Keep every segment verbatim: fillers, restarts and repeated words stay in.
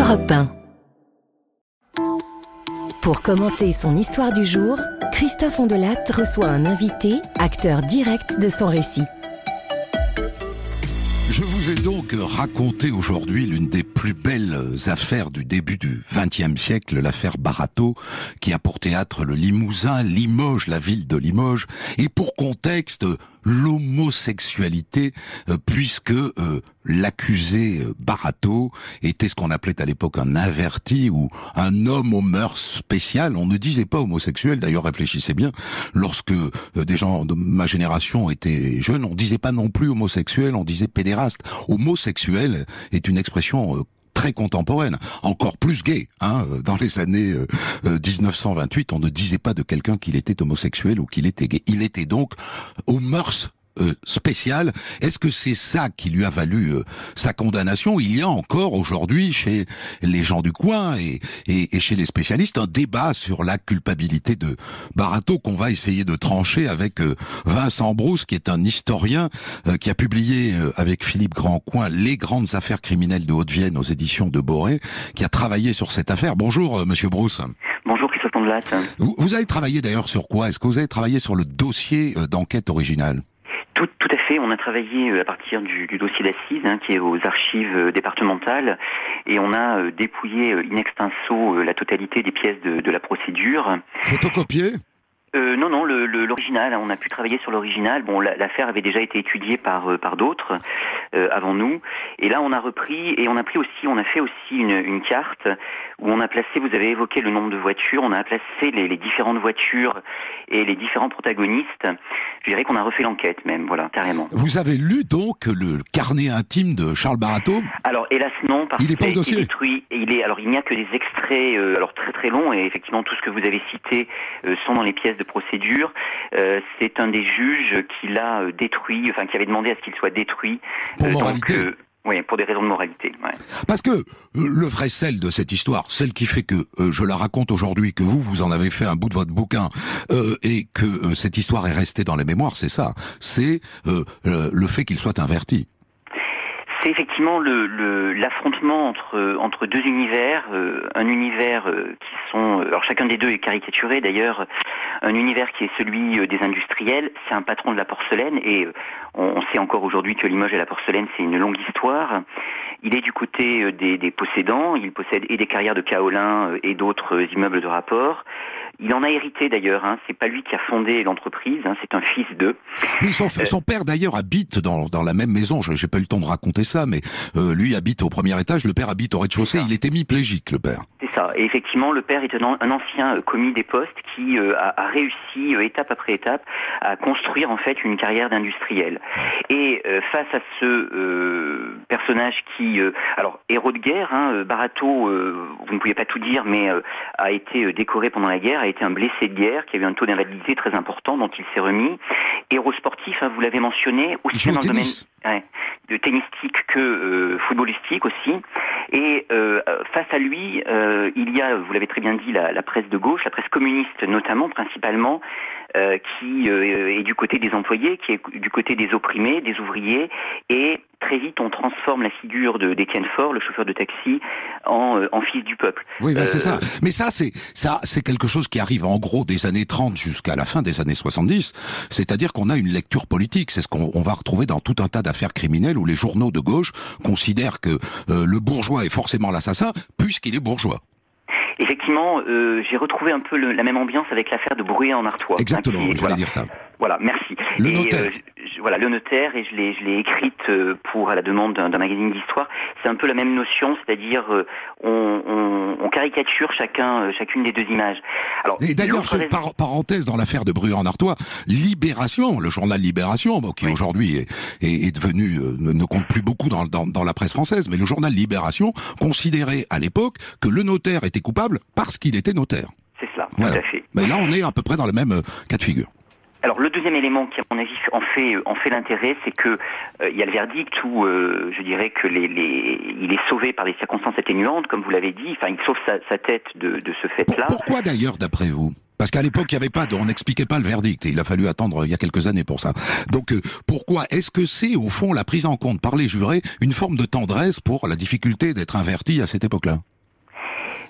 Europe un. Pour commenter son histoire du jour, Christophe Ondelat reçoit un invité, acteur direct de son récit. Je vous ai donc raconté aujourd'hui l'une des plus belles affaires du début du vingtième siècle, l'affaire Barato, qui a pour théâtre le Limousin, Limoges, la ville de Limoges, et pour contexte, l'homosexualité, euh, puisque euh, l'accusé euh, Barato était ce qu'on appelait à l'époque un averti ou un homme aux mœurs spéciales. On ne disait pas homosexuel, d'ailleurs réfléchissez bien, lorsque euh, des gens de ma génération étaient jeunes, on disait pas non plus homosexuel, on disait pédéraste. Homosexuel est une expression euh, très contemporaine, encore plus gay, hein. Dans les années euh, dix-neuf cent vingt-huit, on ne disait pas de quelqu'un qu'il était homosexuel ou qu'il était gay. Il était donc aux mœurs Euh, spécial. Est-ce que c'est ça qui lui a valu euh, sa condamnation? Il y a encore aujourd'hui chez les gens du coin et, et, et chez les spécialistes un débat sur la culpabilité de Barato qu'on va essayer de trancher avec euh, Vincent Brousse, qui est un historien euh, qui a publié euh, avec Philippe Grandcoin Les grandes affaires criminelles de Haute-Vienne aux éditions de Boré, qui a travaillé sur cette affaire. Bonjour euh, Monsieur Brousse. Bonjour Christophe Ondelat. Vous, vous avez travaillé d'ailleurs sur quoi? Est-ce que vous avez travaillé sur le dossier euh, d'enquête original? Tout, tout à fait. On a travaillé à partir du, du dossier d'assises, hein, qui est aux archives départementales, et on a euh, dépouillé in extenso euh, la totalité des pièces de, de la procédure. Photocopié? Euh, non, non, le, le, l'original. On a pu travailler sur l'original. Bon, la, l'affaire avait déjà été étudiée par euh, par d'autres euh, avant nous, et là on a repris et on a pris aussi, on a fait aussi une, une carte où on a placé. Vous avez évoqué le nombre de voitures. On a placé les, les différentes voitures et les différents protagonistes. Je dirais qu'on a refait l'enquête même, voilà, carrément. Vous avez lu donc le carnet intime de Charles Barato? Alors hélas non, parce qu'il qu'il a été détruit. Et il est, alors il n'y a que des extraits, euh, alors très très longs, et effectivement tout ce que vous avez cité euh, sont dans les pièces de procédure. Euh, c'est un des juges qui l'a euh, détruit, enfin qui avait demandé à ce qu'il soit détruit. Pour euh, moralité. Donc, euh, oui, pour des raisons de moralité. Ouais. Parce que euh, le vrai sel de cette histoire, celle qui fait que euh, je la raconte aujourd'hui, que vous, vous en avez fait un bout de votre bouquin, euh, et que euh, cette histoire est restée dans les mémoires, c'est ça. C'est euh, euh, le fait qu'il soit inverti. C'est effectivement le, le, l'affrontement entre entre deux univers, euh, un univers euh, qui sont, alors chacun des deux est caricaturé d'ailleurs, un univers qui est celui des industriels. C'est un patron de la porcelaine, et euh, on, on sait encore aujourd'hui que Limoges et la porcelaine, c'est une longue histoire. Il est du côté des, des possédants, il possède et des carrières de kaolin et d'autres immeubles de rapport. Il en a hérité d'ailleurs, hein. C'est pas lui qui a fondé l'entreprise, hein. C'est un fils d'eux. Oui, son, euh, son père d'ailleurs habite dans, dans la même maison, je, j'ai pas eu le temps de raconter ça, mais euh, lui habite au premier étage, le père habite au rez-de-chaussée, il est hémiplégique le père. C'est ça, et effectivement le père est un, un ancien euh, commis des postes qui euh, a, a réussi euh, étape après étape à construire en fait une carrière d'industriel. Et euh, face à ce euh, personnage qui, euh, alors héros de guerre, hein, Barato, euh, vous ne pouvez pas tout dire, mais euh, a été euh, décoré pendant la guerre, a été un blessé de guerre, qui a eu un taux d'invalidité très important dont il s'est remis. Héros sportif, hein, vous l'avez mentionné, aussi dans le domaine ouais, de tennistique que euh, footballistique aussi. Et euh, face à lui, euh, il y a, vous l'avez très bien dit, la, la presse de gauche, la presse communiste notamment, principalement, euh, qui euh, est du côté des employés, qui est du côté des opprimés, des ouvriers, et très vite on transforme la figure de d'Étienne Faure, le chauffeur de taxi, en, euh, en fils du peuple. Oui, ben euh, c'est ça. Mais ça, c'est ça, c'est quelque chose qui arrive en gros des années trente jusqu'à la fin des années soixante-dix. C'est-à-dire qu'on a une lecture politique. C'est ce qu'on on va retrouver dans tout un tas d'affaires criminelles où les journaux de gauche considèrent que euh, le bourgeois est forcément l'assassin puisqu'il est bourgeois. Effectivement, euh, j'ai retrouvé un peu le, la même ambiance avec l'affaire de Bruyères-en-Artois. Exactement, hein, qui, j'allais voilà. dire ça. Voilà, merci. Le et, notaire. Euh, je, voilà, le notaire, et je l'ai, je l'ai écrite euh, pour à la demande d'un, d'un magazine d'histoire. C'est un peu la même notion, c'est-à-dire euh, on, on, on caricature chacun, euh, chacune des deux images. Alors, et d'ailleurs, je, par, parenthèse dans l'affaire de Bruyères-en-Artois, Libération, le journal Libération, bon, qui oui. aujourd'hui est, est, est devenu euh, ne, ne compte plus beaucoup dans, dans, dans la presse française, mais le journal Libération considérait à l'époque que le notaire était coupable parce qu'il était notaire. C'est cela, voilà. Tout à fait. Mais là, on est à peu près dans le même euh, cas de figure. Alors le deuxième élément qui à mon avis en fait en fait l'intérêt, c'est que euh, il y a le verdict où euh, je dirais que les, les il est sauvé par des circonstances atténuantes, comme vous l'avez dit. Enfin, il sauve sa, sa tête de, de ce fait-là. Pourquoi d'ailleurs, d'après vous? Parce qu'à l'époque, il n'y avait pas de, on n'expliquait pas le verdict, et il a fallu attendre il y a quelques années pour ça. Donc, euh, pourquoi est-ce que c'est au fond la prise en compte par les jurés une forme de tendresse pour la difficulté d'être inverti à cette époque-là?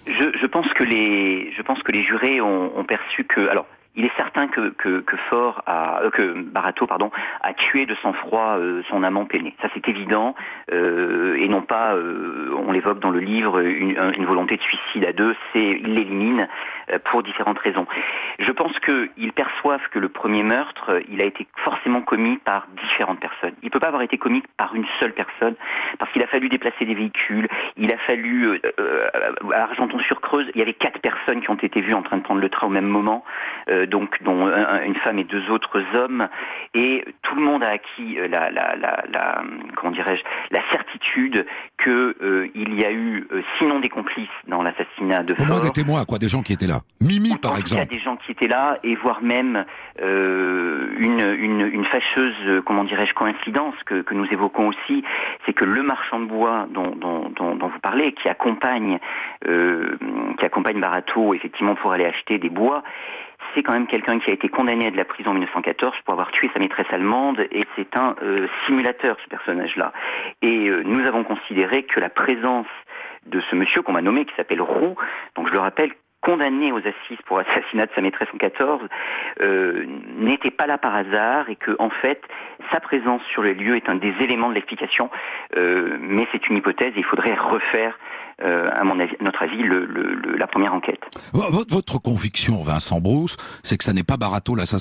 je, je pense que les, je pense que les jurés ont, ont perçu que, alors, il est certain que que, que Faure a, euh, que Barato, pardon, a tué de sang-froid euh, son amant Penney. Ça c'est évident, euh, et non pas, euh, on l'évoque dans le livre, une, une volonté de suicide à deux. C'est, il l'élimine euh, pour différentes raisons. Je pense qu'ils perçoivent que le premier meurtre, il a été forcément commis par différentes personnes. Il peut pas avoir été commis par une seule personne, parce qu'il a fallu déplacer des véhicules. Il a fallu euh, euh, à Argenton-sur-Creuse, il y avait quatre personnes qui ont été vues en train de prendre le train au même moment. Euh, donc dont un, une femme et deux autres hommes, et tout le monde a acquis la, la, la, la comment dirais-je, la certitude que euh, il y a eu, euh, sinon des complices dans l'assassinat de Faure. Au moins des témoins, quoi, des gens qui étaient là. Mimi, par exemple. Il y a des gens qui étaient là, et voire même euh, une, une, une fâcheuse, comment dirais-je, coïncidence que, que nous évoquons aussi, c'est que le marchand de bois dont, dont, dont, dont vous parlez, qui accompagne, euh, qui accompagne Barato effectivement pour aller acheter des bois, c'est quand même quelqu'un qui a été condamné à de la prison en mille neuf cent quatorze pour avoir tué sa maîtresse allemande, et c'est un euh, simulateur, ce personnage-là. Et euh, nous avons considéré que la présence de ce monsieur qu'on m'a nommé, qui s'appelle Roux, donc je le rappelle, condamné aux assises pour assassinat de sa maîtresse en quatorze, euh, n'était pas là par hasard, et que en fait sa présence sur le lieu est un des éléments de l'explication, euh, mais c'est une hypothèse et il faudrait refaire, euh, à mon avis, à notre avis, le, le, le, la première enquête. Votre, votre conviction, Vincent Brousse, c'est que ça n'est pas Barato l'assassin ?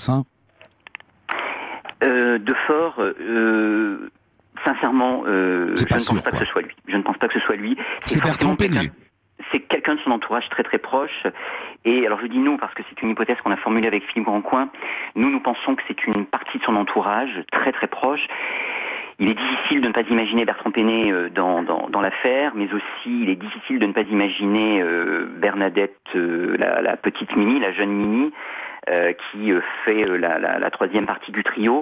euh, De Faure, euh, sincèrement, euh, je ne pense sûr, pas quoi. que ce soit lui. Je ne pense pas que ce soit lui. C'est, c'est Bertrand Penney. C'est quelqu'un de son entourage très très proche. Et alors je dis nous parce que c'est une hypothèse qu'on a formulée avec Philippe Grandcoin. Nous, nous pensons que c'est une partie de son entourage très très proche. Il est difficile de ne pas imaginer Bertrand Penney dans, dans, dans l'affaire, mais aussi il est difficile de ne pas imaginer euh, Bernadette, euh, la, la petite Mimi, la jeune Mimi, euh, qui euh, fait euh, la, la, la troisième partie du trio,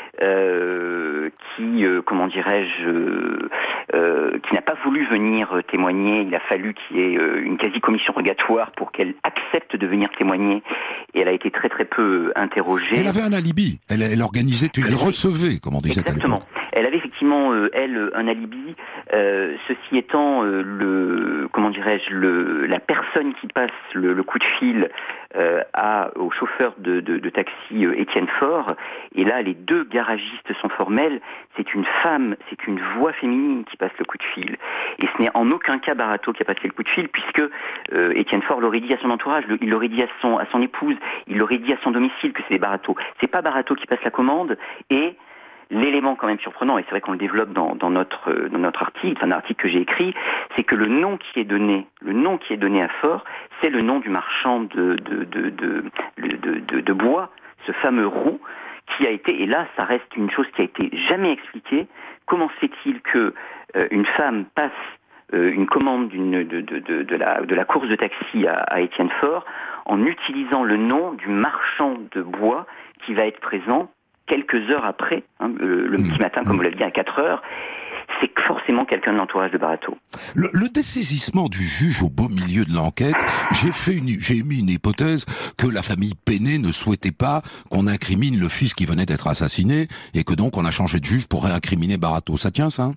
euh, qui, euh, comment dirais-je, euh, euh, qui n'a pas voulu venir témoigner. Il a fallu qu'il y ait euh, une quasi-commission rogatoire pour qu'elle accepte de venir témoigner, et elle a été très très peu interrogée. Elle avait un alibi, elle, elle organisait, elle recevait, comme on disait à l'époque. Exactement. Elle avait effectivement, euh, elle, un alibi. Euh, ceci étant, euh, le, comment dirais-je, le, la personne qui passe le, le coup de fil euh, à, au chauffeur de, de, de taxi euh, Étienne Faure, et là, les deux garagistes sont formels. C'est une femme, c'est une voix féminine qui passe le coup de fil. Et ce n'est en aucun cas Barato qui a passé le coup de fil, puisque euh, Étienne Faure l'aurait dit à son entourage, le, il l'aurait dit à son, à son épouse, il l'aurait dit à son domicile que c'est Barato. C'est pas Barato qui passe la commande, et l'élément quand même surprenant, et c'est vrai qu'on le développe dans, dans notre dans notre article, c'est un article que j'ai écrit, c'est que le nom qui est donné, le nom qui est donné à Faure, c'est le nom du marchand de de de de de, de, de bois, ce fameux Roux, qui a été, et là ça reste une chose qui a été jamais expliquée. Comment se fait-il que euh, une femme passe euh, une commande d'une de de de de la de la course de taxi à, à Étienne Faure en utilisant le nom du marchand de bois qui va être présent quelques heures après, hein, le, le petit matin, comme vous l'avez dit, à quatre heures, c'est forcément quelqu'un de l'entourage de Barato. Le, le dessaisissement du juge au beau milieu de l'enquête, j'ai fait une, j'ai émis une hypothèse que la famille Penney ne souhaitait pas qu'on incrimine le fils qui venait d'être assassiné, et que donc on a changé de juge pour réincriminer Barato. Ça tient, ça ?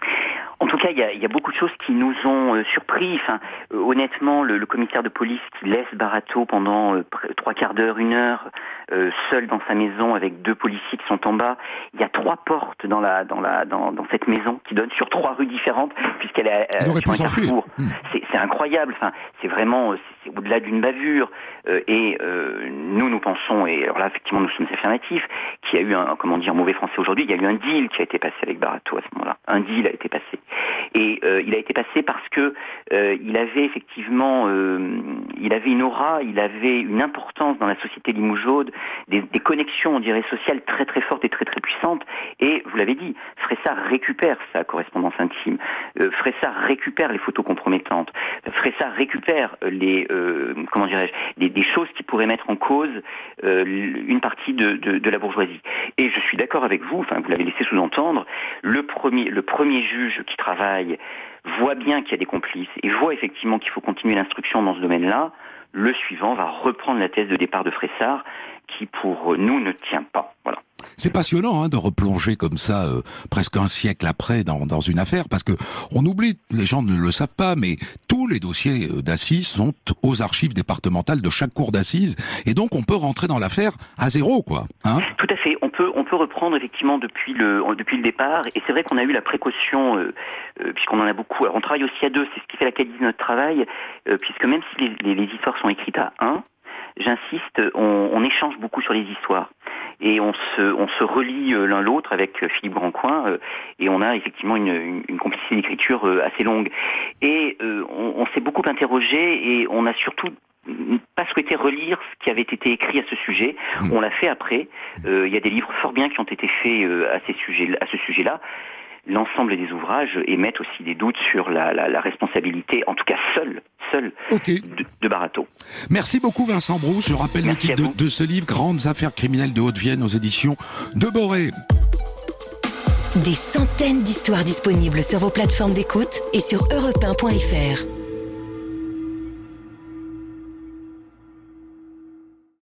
En tout cas, il y a, il y a beaucoup de choses qui nous ont euh, surpris. Enfin, euh, honnêtement, le, le commissaire de police qui laisse Barato pendant euh, trois quarts d'heure, une heure, euh, seul dans sa maison avec deux policiers qui sont en bas. Il y a trois portes dans la dans la dans, dans cette maison qui donnent sur trois rues différentes, puisqu'elle est euh, sur un carrefour. Mmh. C'est, c'est incroyable. Enfin, c'est vraiment c'est, c'est au-delà d'une bavure. Euh, et euh, nous, nous pensons, et alors là, effectivement, nous sommes affirmatifs, qu'il y a eu un, comment dire, mauvais français aujourd'hui, il y a eu un deal qui a été passé avec Barato à ce moment-là. Un deal a été passé. Et euh, il a été passé parce que euh, il avait effectivement, euh, il avait une aura, il avait une importance dans la société limougeaude, des, des connexions, on dirait, sociales très très fortes et très très puissantes. Et vous l'avez dit, Fressard récupère sa correspondance intime. Euh, Fressard récupère les photos compromettantes. Fressard récupère les, euh, comment dirais-je, des, des choses qui pourraient mettre en cause euh, une partie de, de, de la bourgeoisie. Et je suis d'accord avec vous. Enfin, vous l'avez laissé sous-entendre. Le premier, le premier juge qui travaille voit bien qu'il y a des complices et voit effectivement qu'il faut continuer l'instruction dans ce domaine-là. Le suivant va reprendre la thèse de départ de Fressard qui, pour nous, ne tient pas. Voilà. C'est passionnant hein, de replonger comme ça, euh, presque un siècle après, dans, dans une affaire, parce que on oublie, les gens ne le savent pas, mais tous les dossiers d'assises sont aux archives départementales de chaque cour d'assises, et donc on peut rentrer dans l'affaire à zéro, quoi. Hein ? Tout à fait. On peut, on peut reprendre effectivement depuis le, depuis le départ, et c'est vrai qu'on a eu la précaution, euh, euh, puisqu'on en a beaucoup. Alors on travaille aussi à deux, c'est ce qui fait la qualité de notre travail, euh, puisque même si les, les, les histoires sont écrites à un, j'insiste, on, on échange beaucoup sur les histoires. Et on se, on se relie l'un l'autre avec Philippe Grandcoin, euh, et on a effectivement une, une, une complicité d'écriture euh, assez longue. Et euh, on, on s'est beaucoup interrogé, et on a surtout pas souhaité relire ce qui avait été écrit à ce sujet. Mmh. On l'a fait après. Euh, il y a des livres fort bien qui ont été faits euh, à, ces sujets, à ce sujet-là. L'ensemble des ouvrages émettent aussi des doutes sur la, la, la responsabilité, en tout cas seule, seule, okay. de, de Barateau. Merci beaucoup Vincent Brousse. Je rappelle Merci le titre de, de ce livre, Grandes affaires criminelles de Haute-Vienne, aux éditions de Boré. Des centaines d'histoires disponibles sur vos plateformes d'écoute et sur europe un point f r.